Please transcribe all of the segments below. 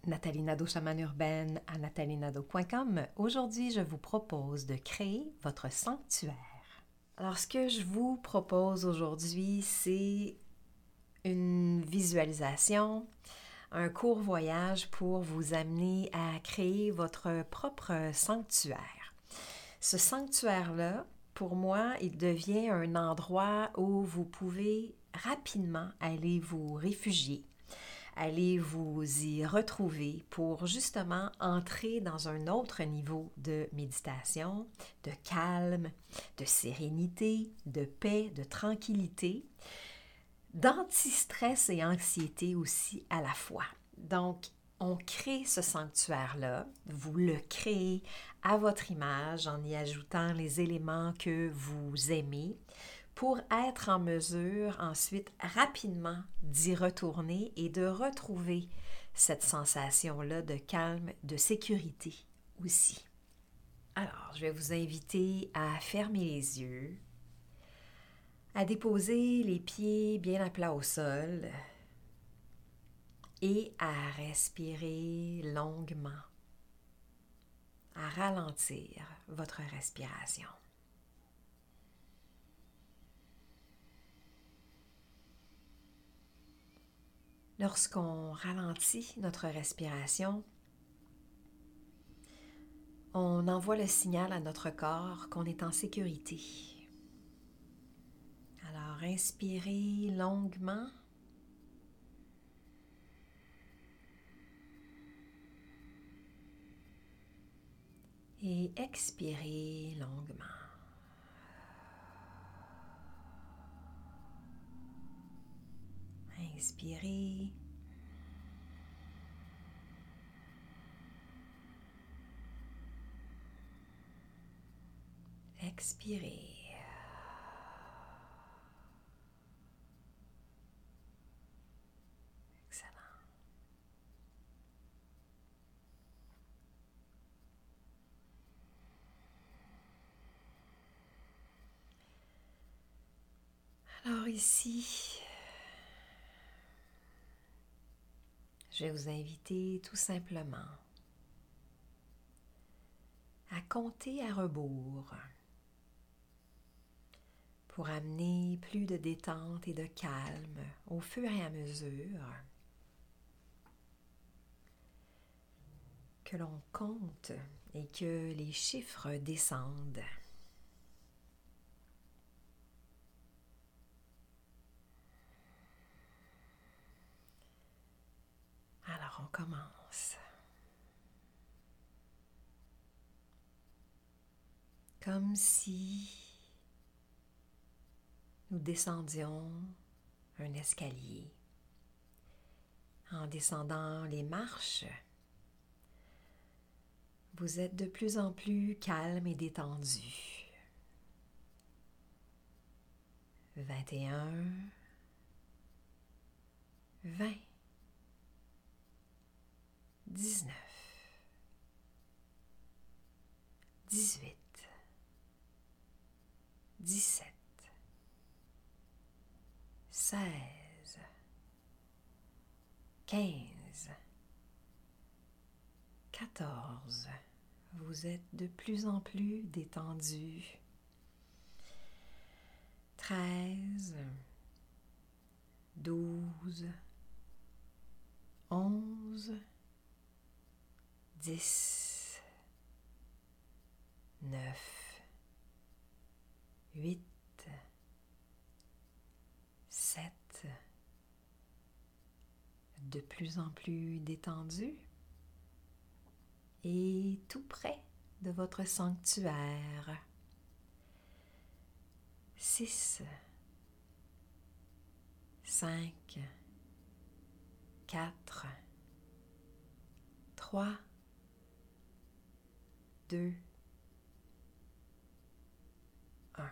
Nathalie Nadeau, chamane urbaine à nathalienado.com. Aujourd'hui, je vous propose de créer votre sanctuaire. Alors, ce que je vous propose aujourd'hui, c'est une visualisation, un court voyage pour vous amener à créer votre propre sanctuaire. Ce sanctuaire-là, pour moi, il devient un endroit où vous pouvez rapidement aller vous réfugier. Allez vous y retrouver pour justement entrer dans un autre niveau de méditation, de calme, de sérénité, de paix, de tranquillité, d'anti-stress et anxiété aussi à la fois. Donc, on crée ce sanctuaire-là, vous le créez à votre image en y ajoutant les éléments que vous aimez, pour être en mesure ensuite rapidement d'y retourner et de retrouver cette sensation-là de calme, de sécurité aussi. Alors, je vais vous inviter à fermer les yeux, à déposer les pieds bien à plat au sol et à respirer longuement, à ralentir votre respiration. Lorsqu'on ralentit notre respiration, on envoie le signal à notre corps qu'on est en sécurité. Alors, inspirez longuement. Et expirez longuement. Inspirez. Expirez. Excellent. Alors ici, je vais vous inviter tout simplement à compter à rebours pour amener plus de détente et de calme au fur et à mesure que l'on compte et que les chiffres descendent. Alors on commence. Comme si nous descendions un escalier. En descendant les marches, vous êtes de plus en plus calme et détendu. 21, 20, 19, 18, 17, 16, 15, 14. Vous êtes de plus en plus détendu. 13, 12, 11, 10, 9, 8, 7, de plus en plus détendu et tout près de votre sanctuaire. 6, 5, 4, 3, 2, 1.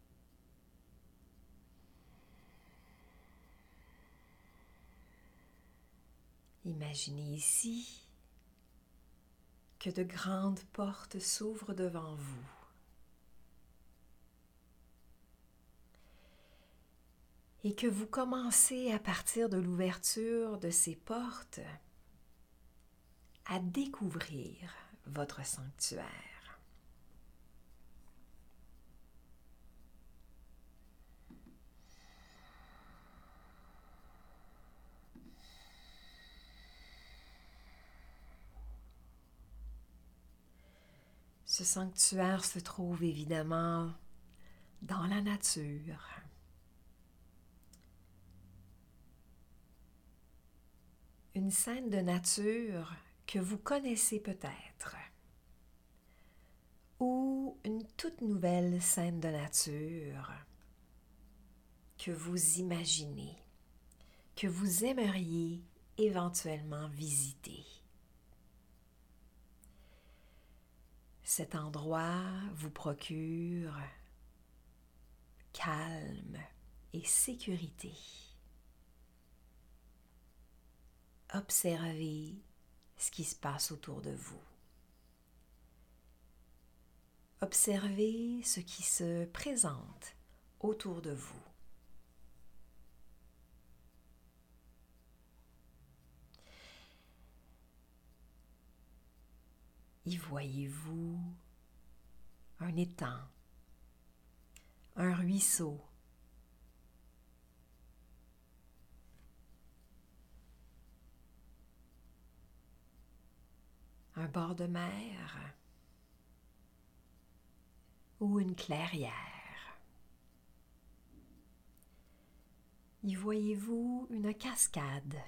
Imaginez ici que de grandes portes s'ouvrent devant vous. Et que vous commencez à partir de l'ouverture de ces portes à découvrir votre sanctuaire. Ce sanctuaire se trouve évidemment dans la nature. Une scène de nature que vous connaissez peut-être, ou une toute nouvelle scène de nature que vous imaginez, que vous aimeriez éventuellement visiter. Cet endroit vous procure calme et sécurité. Observez ce qui se passe autour de vous. Observez ce qui se présente autour de vous. Y voyez-vous un étang, un ruisseau, un bord de mer ou une clairière? Y voyez-vous une cascade?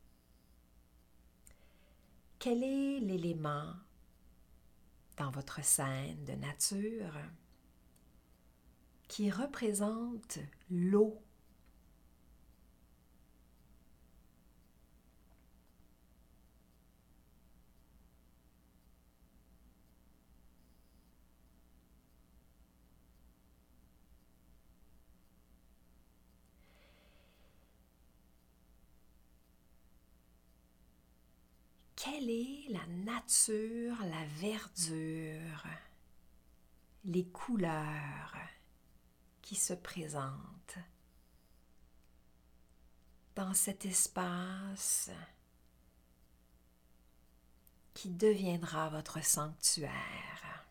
Quel est l'élément dans votre scène de nature qui représente l'eau? Quelle est la nature, la verdure, les couleurs qui se présentent dans cet espace qui deviendra votre sanctuaire?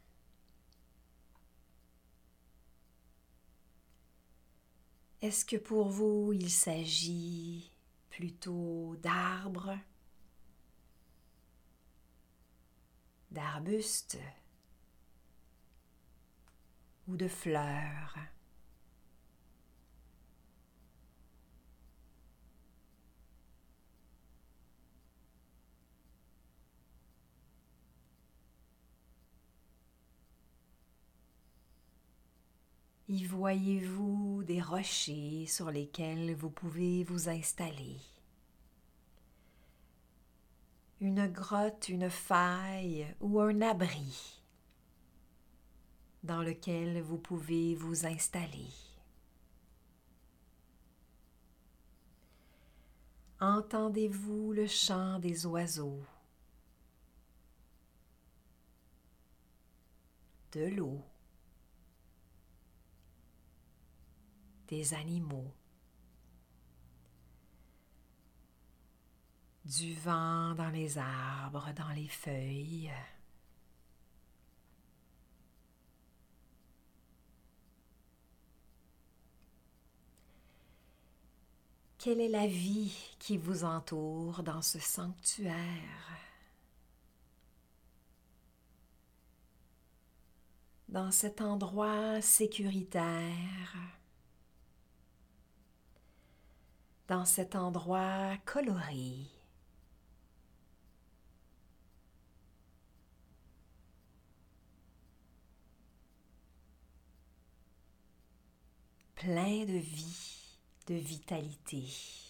Est-ce que pour vous, il s'agit plutôt d'arbres, d'arbustes ou de fleurs? Y voyez-vous des rochers sur lesquels vous pouvez vous installer? Une grotte, une faille ou un abri dans lequel vous pouvez vous installer? Entendez-vous le chant des oiseaux, de l'eau, des animaux, du vent dans les arbres, dans les feuilles? Quelle est la vie qui vous entoure dans ce sanctuaire? Dans cet endroit sécuritaire, dans cet endroit coloré, plein de vie, de vitalité.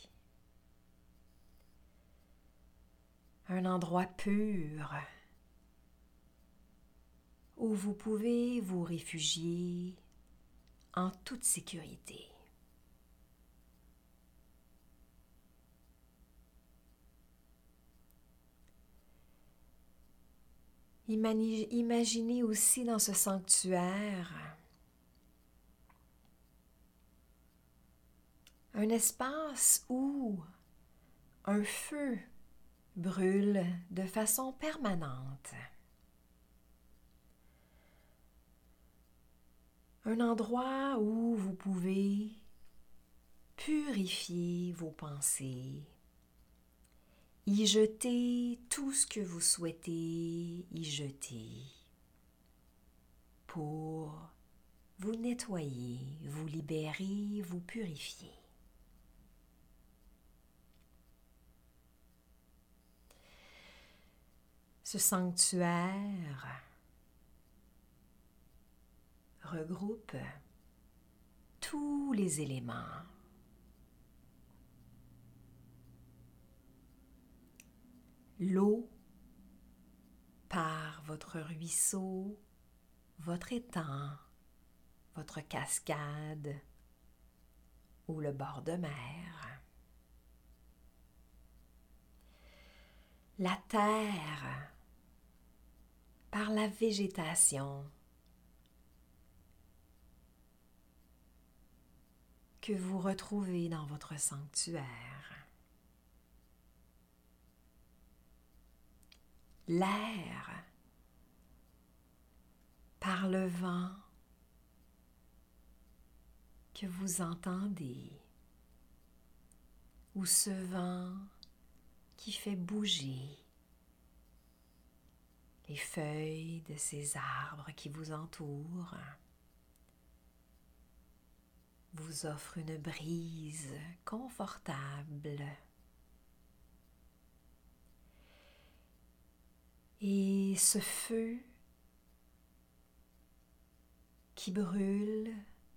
Un endroit pur où vous pouvez vous réfugier en toute sécurité. Imaginez aussi dans ce sanctuaire un espace où un feu brûle de façon permanente. Un endroit où vous pouvez purifier vos pensées, y jeter tout ce que vous souhaitez y jeter pour vous nettoyer, vous libérer, vous purifier. Ce sanctuaire regroupe tous les éléments. L'eau par votre ruisseau, votre étang, votre cascade ou le bord de mer. La terre par la végétation que vous retrouvez dans votre sanctuaire. L'air par le vent que vous entendez, ou ce vent qui fait bouger les feuilles de ces arbres qui vous entourent, vous offre une brise confortable. Et ce feu qui brûle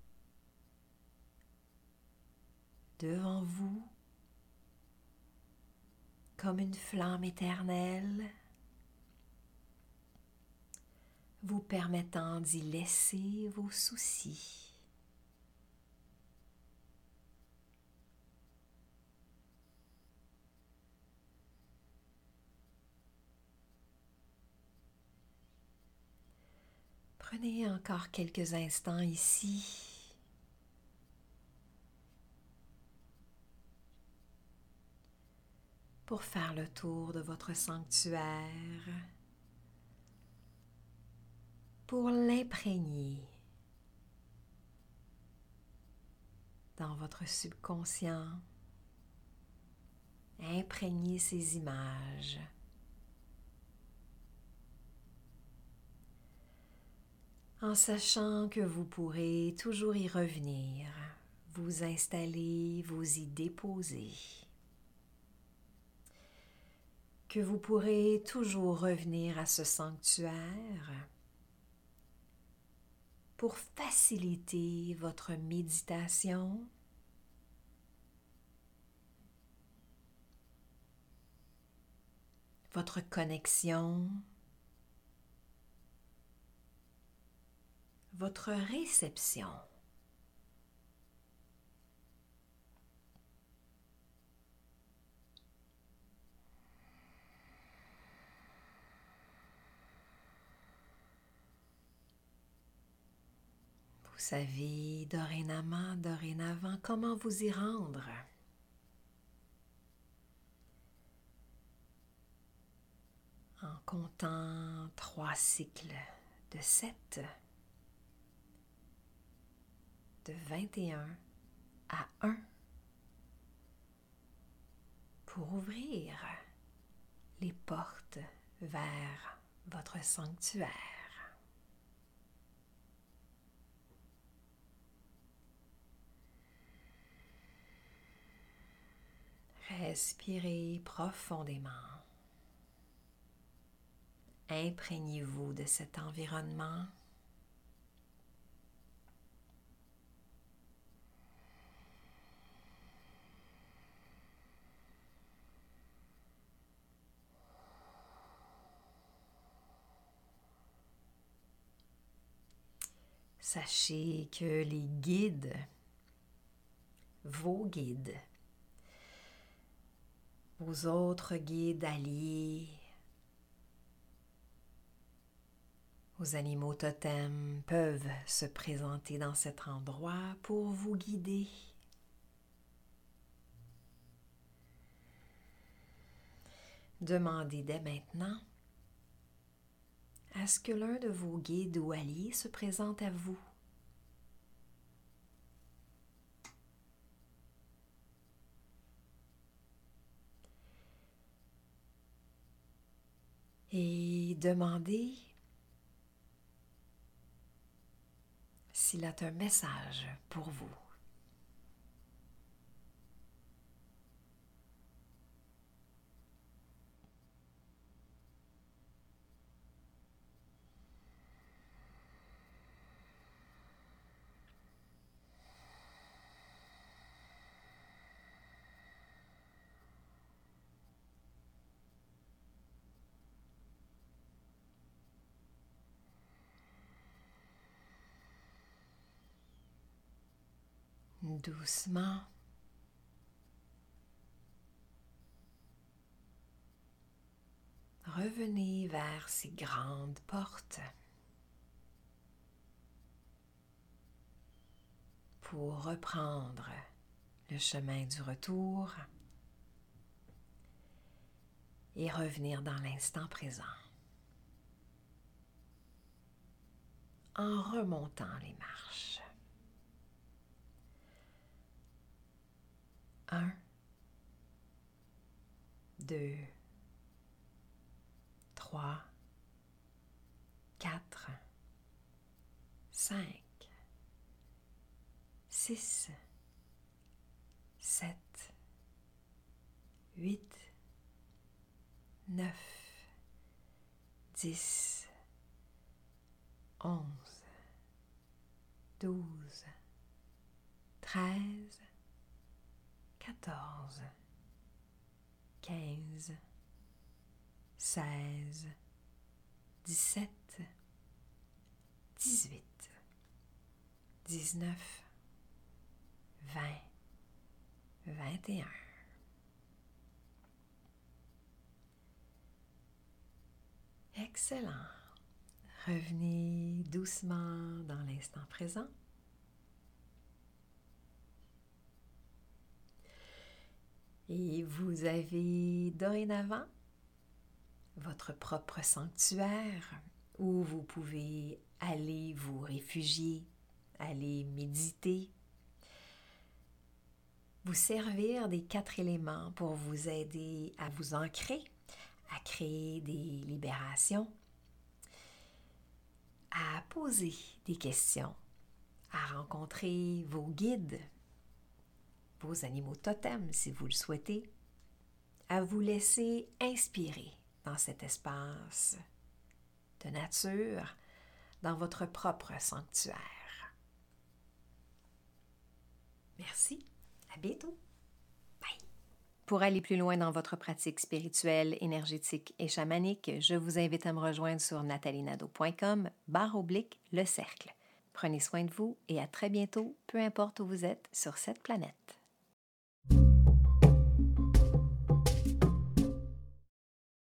devant vous comme une flamme éternelle, vous permettant d'y laisser vos soucis. Prenez encore quelques instants ici pour faire le tour de votre sanctuaire, pour l'imprégner dans votre subconscient, imprégner ces images. En sachant que vous pourrez toujours y revenir, vous installer, vous y déposer. Que vous pourrez toujours revenir à ce sanctuaire pour faciliter votre méditation, votre connexion, votre réception. Vous savez dorénavant comment vous y rendre. En comptant 3 cycles de 7, de 21 à 1, pour ouvrir les portes vers votre sanctuaire. Respirez profondément. Imprégnez-vous de cet environnement. Sachez que les guides, vos guides, vos autres guides alliés, vos animaux totems peuvent se présenter dans cet endroit pour vous guider. Demandez dès maintenant à ce que l'un de vos guides ou alliés se présente à vous. Et demandez s'il a un message pour vous. Doucement, revenez vers ces grandes portes pour reprendre le chemin du retour et revenir dans l'instant présent en remontant les marches. 1, 2, 3, 4, 5, 6, 7, 8, 9, 10, 11, 12, 13, 14, 15, 16, 17, 18, 19, 20, 21. Excellent. Revenez doucement dans l'instant présent. Et vous avez dorénavant votre propre sanctuaire où vous pouvez aller vous réfugier, aller méditer, vous servir des 4 éléments pour vous aider à vous ancrer, à créer des libérations, à poser des questions, à rencontrer vos guides, vos animaux totems si vous le souhaitez, à vous laisser inspirer dans cet espace de nature, dans votre propre sanctuaire. Merci, à bientôt. Bye. Pour aller plus loin dans votre pratique spirituelle, énergétique et chamanique, je vous invite à me rejoindre sur natalienado.com/le cercle. Prenez soin de vous et à très bientôt, peu importe où vous êtes sur cette planète.